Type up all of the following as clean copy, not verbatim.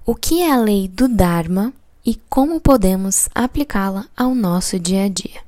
O que é a lei do Dharma e como podemos aplicá-la ao nosso dia a dia?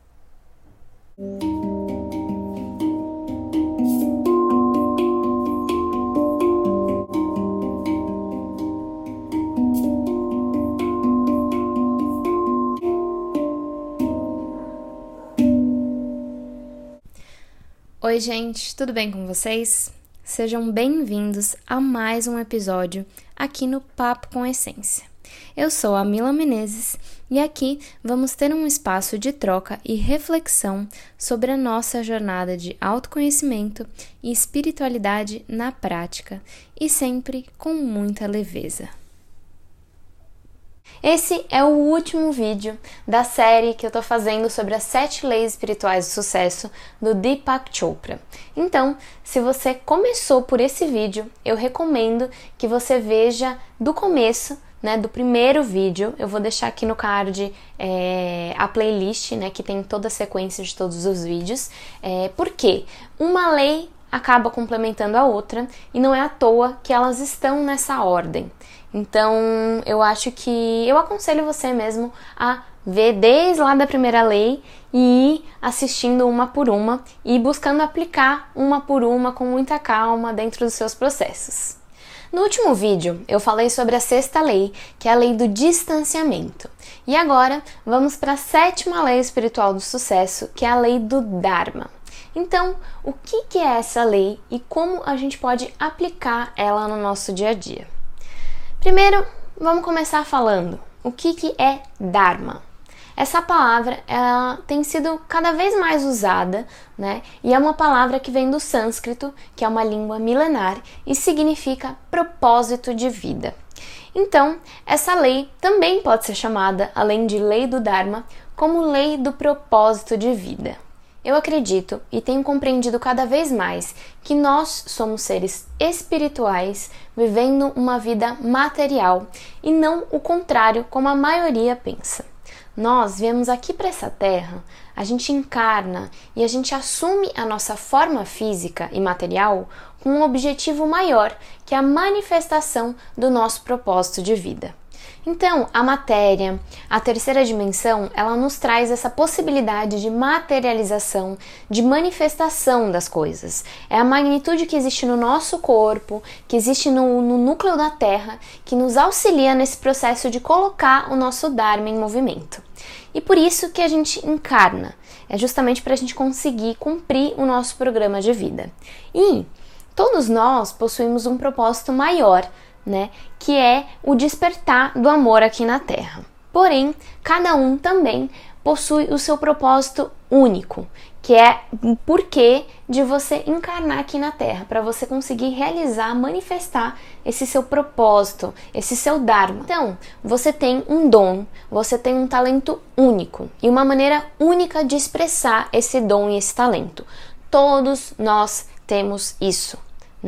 Oi, gente, tudo bem com vocês? Sejam bem-vindos a mais um episódio aqui no Papo com Essência. Eu sou a Mila Menezes e aqui vamos ter um espaço de troca e reflexão sobre a nossa jornada de autoconhecimento e espiritualidade na prática e sempre com muita leveza. Esse é o último vídeo da série que eu tô fazendo sobre as 7 leis espirituais do sucesso do Deepak Chopra. Então, se você começou por esse vídeo, eu recomendo que você veja do começo, do primeiro vídeo. Eu vou deixar aqui no card a playlist, que tem toda a sequência de todos os vídeos. Porque uma lei acaba complementando a outra e não é à toa que elas estão nessa ordem. Então, eu aconselho você mesmo a ver desde lá da primeira lei e ir assistindo uma por uma e buscando aplicar uma por uma com muita calma dentro dos seus processos. No último vídeo, eu falei sobre a 6ª lei, que é a lei do distanciamento. E agora, vamos para a 7ª lei espiritual do sucesso, que é a lei do Dharma. Então, o que é essa lei e como a gente pode aplicar ela no nosso dia a dia? Primeiro, vamos começar falando o que é Dharma. Essa palavra ela tem sido cada vez mais usada, e é uma palavra que vem do sânscrito, que é uma língua milenar e significa propósito de vida. Então, essa lei também pode ser chamada, além de lei do Dharma, como lei do propósito de vida. Eu acredito e tenho compreendido cada vez mais que nós somos seres espirituais vivendo uma vida material e não o contrário como a maioria pensa. Nós viemos aqui para essa terra, a gente encarna e a gente assume a nossa forma física e material com um objetivo maior, que é a manifestação do nosso propósito de vida. Então, a matéria, a terceira dimensão, ela nos traz essa possibilidade de materialização, de manifestação das coisas. É a magnitude que existe no nosso corpo, que existe no núcleo da Terra, que nos auxilia nesse processo de colocar o nosso Dharma em movimento. E por isso que a gente encarna, é justamente para a gente conseguir cumprir o nosso programa de vida. E todos nós possuímos um propósito maior, que é o despertar do amor aqui na Terra. Porém, cada um também possui o seu propósito único, que é o porquê de você encarnar aqui na Terra, para você conseguir realizar, manifestar esse seu propósito, esse seu Dharma. Então, você tem um dom, você tem um talento único e uma maneira única de expressar esse dom e esse talento. Todos nós temos isso.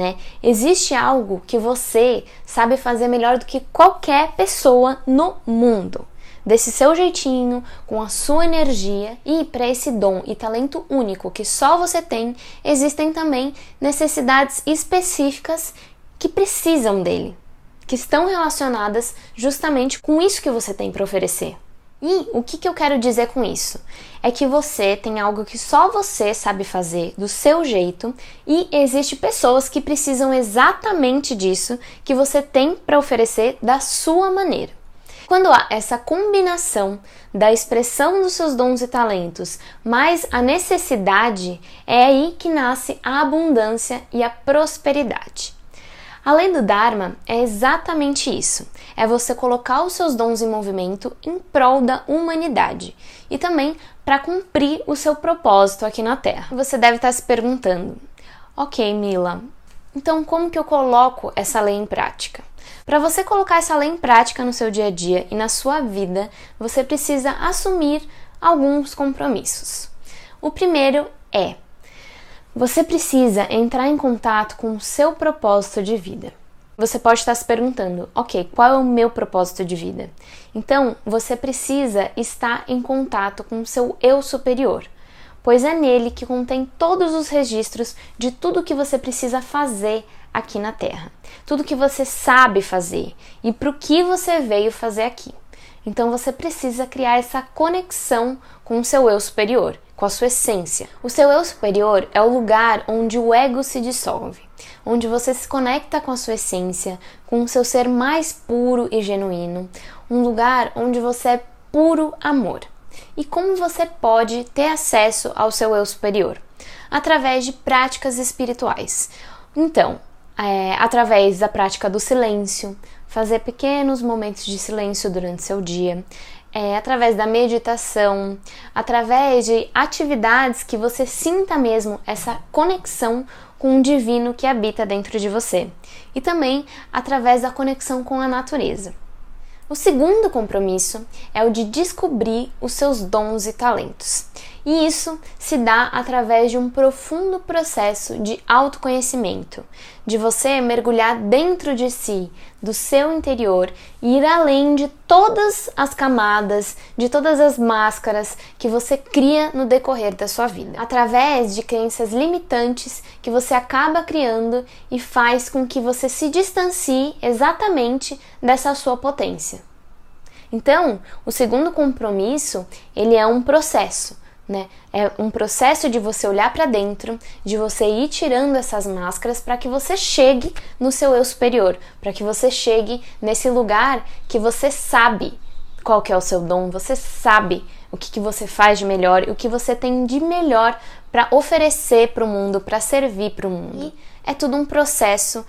Existe algo que você sabe fazer melhor do que qualquer pessoa no mundo. Desse seu jeitinho, com a sua energia, e para esse dom e talento único que só você tem, existem também necessidades específicas que precisam dele, que estão relacionadas justamente com isso que você tem para oferecer. E o que eu quero dizer com isso? É que você tem algo que só você sabe fazer do seu jeito e existem pessoas que precisam exatamente disso que você tem para oferecer da sua maneira. Quando há essa combinação da expressão dos seus dons e talentos mais a necessidade, é aí que nasce a abundância e a prosperidade. A lei do Dharma é exatamente isso, é você colocar os seus dons em movimento em prol da humanidade e também para cumprir o seu propósito aqui na Terra. Você deve estar se perguntando, ok Mila, então como que eu coloco essa lei em prática? Para você colocar essa lei em prática no seu dia a dia e na sua vida, você precisa assumir alguns compromissos. O primeiro é: você precisa entrar em contato com o seu propósito de vida. Você pode estar se perguntando, ok, qual é o meu propósito de vida? Então, você precisa estar em contato com o seu eu superior, pois é nele que contém todos os registros de tudo que você precisa fazer aqui na Terra. Tudo que você sabe fazer e para o que você veio fazer aqui. Então você precisa criar essa conexão com o seu eu superior, com a sua essência. O seu eu superior é o lugar onde o ego se dissolve, onde você se conecta com a sua essência, com o seu ser mais puro e genuíno, um lugar onde você é puro amor. E como você pode ter acesso ao seu eu superior? Através de práticas espirituais. Então, através da prática do silêncio, fazer pequenos momentos de silêncio durante seu dia, através da meditação, através de atividades que você sinta mesmo essa conexão com o divino que habita dentro de você, e também através da conexão com a natureza. O segundo compromisso é o de descobrir os seus dons e talentos. E isso se dá através de um profundo processo de autoconhecimento, de você mergulhar dentro de si, do seu interior, e ir além de todas as camadas, de todas as máscaras que você cria no decorrer da sua vida. Através de crenças limitantes que você acaba criando e faz com que você se distancie exatamente dessa sua potência. Então, o segundo compromisso, ele é um processo. É um processo de você olhar para dentro, de você ir tirando essas máscaras para que você chegue no seu eu superior, para que você chegue nesse lugar que você sabe qual que é o seu dom, você sabe o que você faz de melhor e o que você tem de melhor para oferecer para o mundo, para servir para o mundo. E é tudo um processo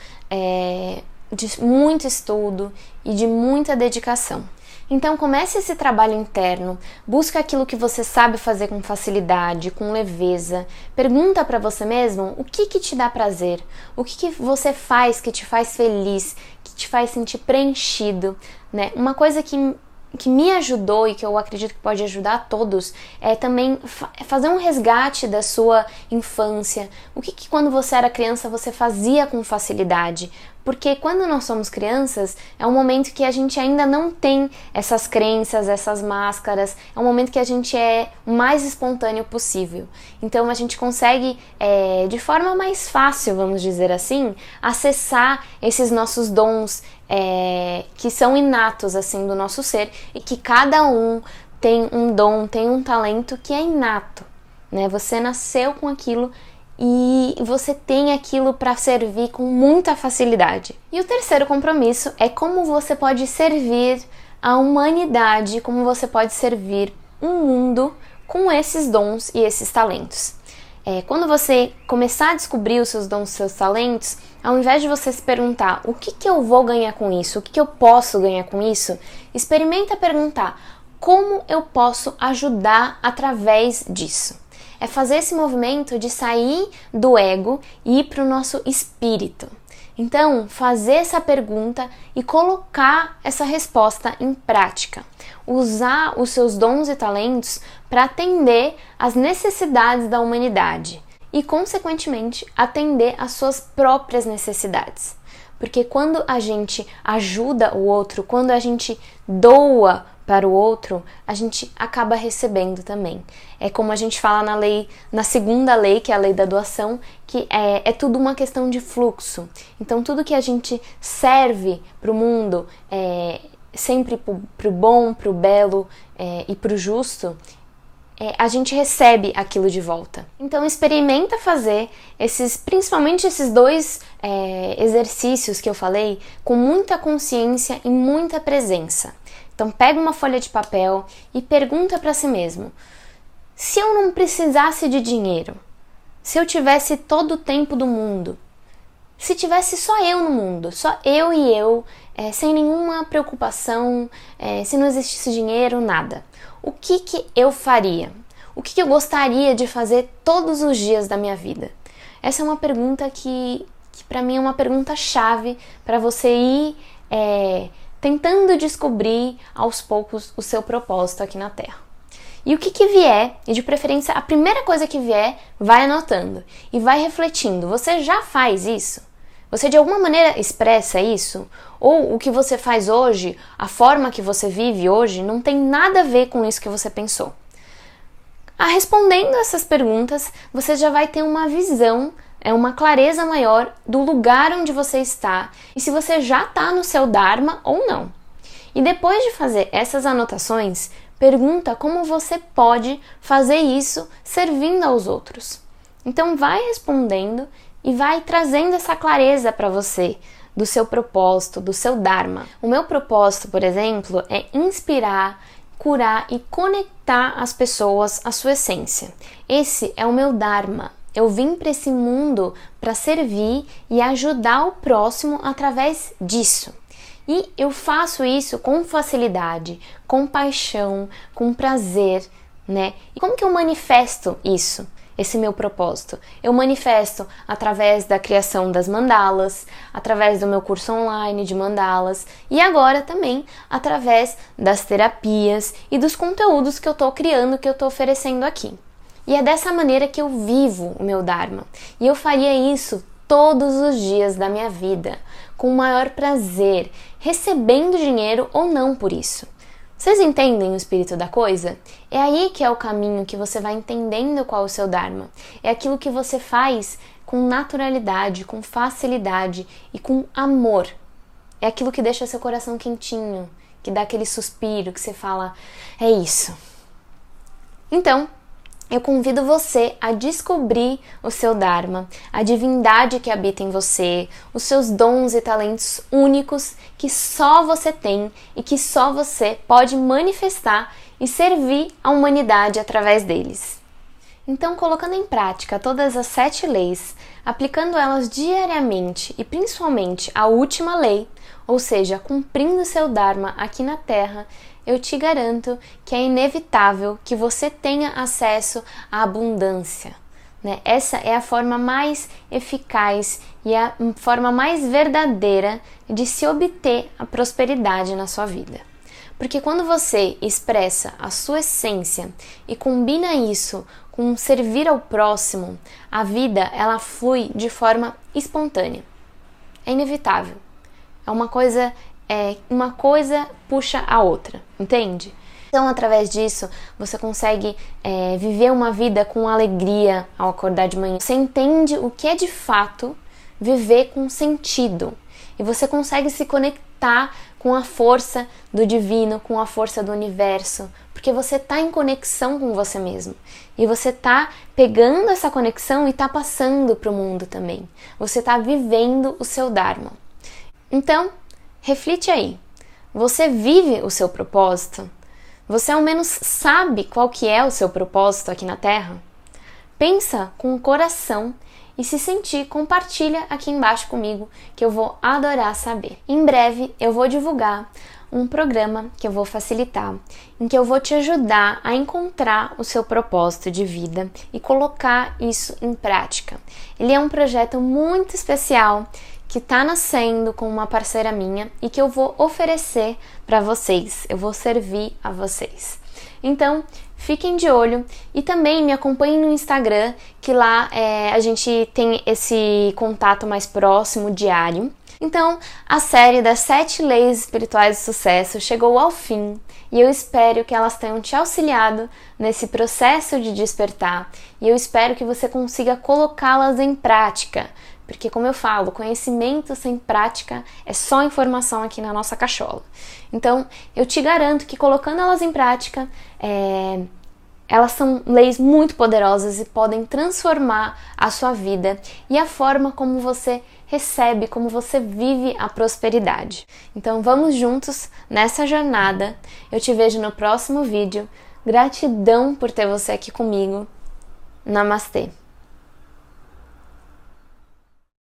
de muito estudo e de muita dedicação. Então comece esse trabalho interno, busca aquilo que você sabe fazer com facilidade, com leveza, pergunta para você mesmo o que te dá prazer, o que você faz que te faz feliz, que te faz sentir preenchido, né? Uma coisa que me ajudou e que eu acredito que pode ajudar a todos é também fazer um resgate da sua infância. O que quando você era criança você fazia com facilidade? Porque quando nós somos crianças é um momento que a gente ainda não tem essas crenças, essas máscaras, é um momento que a gente é o mais espontâneo possível. Então a gente consegue, de forma mais fácil, vamos dizer assim, acessar esses nossos dons que são inatos assim do nosso ser, e que cada um tem um dom, tem um talento que é inato, né? Você nasceu com aquilo e você tem aquilo para servir com muita facilidade. E o terceiro compromisso é como você pode servir a humanidade, como você pode servir um mundo com esses dons e esses talentos. Quando você começar a descobrir os seus dons e seus talentos, ao invés de você se perguntar o que eu vou ganhar com isso, o que eu posso ganhar com isso, experimenta perguntar como eu posso ajudar através disso. É fazer esse movimento de sair do ego e ir para o nosso espírito. Então, fazer essa pergunta e colocar essa resposta em prática. Usar os seus dons e talentos para atender às necessidades da humanidade e, consequentemente, atender às suas próprias necessidades. Porque quando a gente ajuda o outro, quando a gente doa para o outro, a gente acaba recebendo também. É como a gente fala na segunda lei, que é a lei da doação, que é tudo uma questão de fluxo. Então tudo que a gente serve para o mundo, sempre para o bom, para o belo e para o justo, a gente recebe aquilo de volta. Então experimenta fazer principalmente esses dois exercícios que eu falei com muita consciência e muita presença. Então pega uma folha de papel e pergunta para si mesmo: se eu não precisasse de dinheiro, se eu tivesse todo o tempo do mundo, se tivesse só eu no mundo, só eu e eu, sem nenhuma preocupação, se não existisse dinheiro, nada, o que eu faria? O que eu gostaria de fazer todos os dias da minha vida? Essa é uma pergunta que para mim é uma pergunta chave para você ir tentando descobrir aos poucos o seu propósito aqui na Terra. E o que vier, e de preferência a primeira coisa que vier, vai anotando e vai refletindo. Você já faz isso? Você de alguma maneira expressa isso? Ou o que você faz hoje, a forma que você vive hoje, não tem nada a ver com isso que você pensou? Respondendo essas perguntas, você já vai ter uma visão é uma clareza maior do lugar onde você está e se você já está no seu Dharma ou não. E depois de fazer essas anotações, pergunta como você pode fazer isso servindo aos outros. Então vai respondendo e vai trazendo essa clareza para você do seu propósito, do seu Dharma. O meu propósito, por exemplo, é inspirar, curar e conectar as pessoas à sua essência. Esse é o meu Dharma. Eu vim para esse mundo para servir e ajudar o próximo através disso. E eu faço isso com facilidade, com paixão, com prazer, né? E como que eu manifesto isso? Esse meu propósito. Eu manifesto através da criação das mandalas, através do meu curso online de mandalas e agora também através das terapias e dos conteúdos que eu estou criando, que eu estou oferecendo aqui. E é dessa maneira que eu vivo o meu Dharma. E eu faria isso todos os dias da minha vida, com o maior prazer, recebendo dinheiro ou não por isso. Vocês entendem o espírito da coisa? É aí que é o caminho que você vai entendendo qual é o seu Dharma. É aquilo que você faz com naturalidade, com facilidade e com amor. É aquilo que deixa seu coração quentinho, que dá aquele suspiro, que você fala, é isso. Então, eu convido você a descobrir o seu Dharma, a divindade que habita em você, os seus dons e talentos únicos que só você tem e que só você pode manifestar e servir a humanidade através deles. Então, colocando em prática todas as 7 leis, aplicando elas diariamente e principalmente a última lei, ou seja, cumprindo seu Dharma aqui na Terra, eu te garanto que é inevitável que você tenha acesso à abundância, né? Essa é a forma mais eficaz e a forma mais verdadeira de se obter a prosperidade na sua vida. Porque quando você expressa a sua essência e combina isso com servir ao próximo, a vida ela flui de forma espontânea. É inevitável. Uma coisa puxa a outra, entende? Então, através disso, você consegue viver uma vida com alegria ao acordar de manhã. Você entende o que é de fato viver com sentido. E você consegue se conectar com a força do divino, com a força do universo, porque você está em conexão com você mesmo. E você está pegando essa conexão e está passando para o mundo também. Você está vivendo o seu Dharma. Então, reflete aí. Você vive o seu propósito? Você ao menos sabe qual que é o seu propósito aqui na Terra? Pensa com o coração e se sentir, compartilha aqui embaixo comigo que eu vou adorar saber. Em breve eu vou divulgar um programa que eu vou facilitar, em que eu vou te ajudar a encontrar o seu propósito de vida e colocar isso em prática. Ele é um projeto muito especial que está nascendo com uma parceira minha e que eu vou oferecer para vocês, eu vou servir a vocês. Então, fiquem de olho e também me acompanhem no Instagram, que lá a gente tem esse contato mais próximo, diário. Então, a série das 7 leis espirituais de sucesso chegou ao fim e eu espero que elas tenham te auxiliado nesse processo de despertar e eu espero que você consiga colocá-las em prática. Porque, como eu falo, conhecimento sem prática é só informação aqui na nossa cachola. Então, eu te garanto que colocando elas em prática, elas são leis muito poderosas e podem transformar a sua vida e a forma como você recebe, como você vive a prosperidade. Então, vamos juntos nessa jornada. Eu te vejo no próximo vídeo. Gratidão por ter você aqui comigo. Namastê!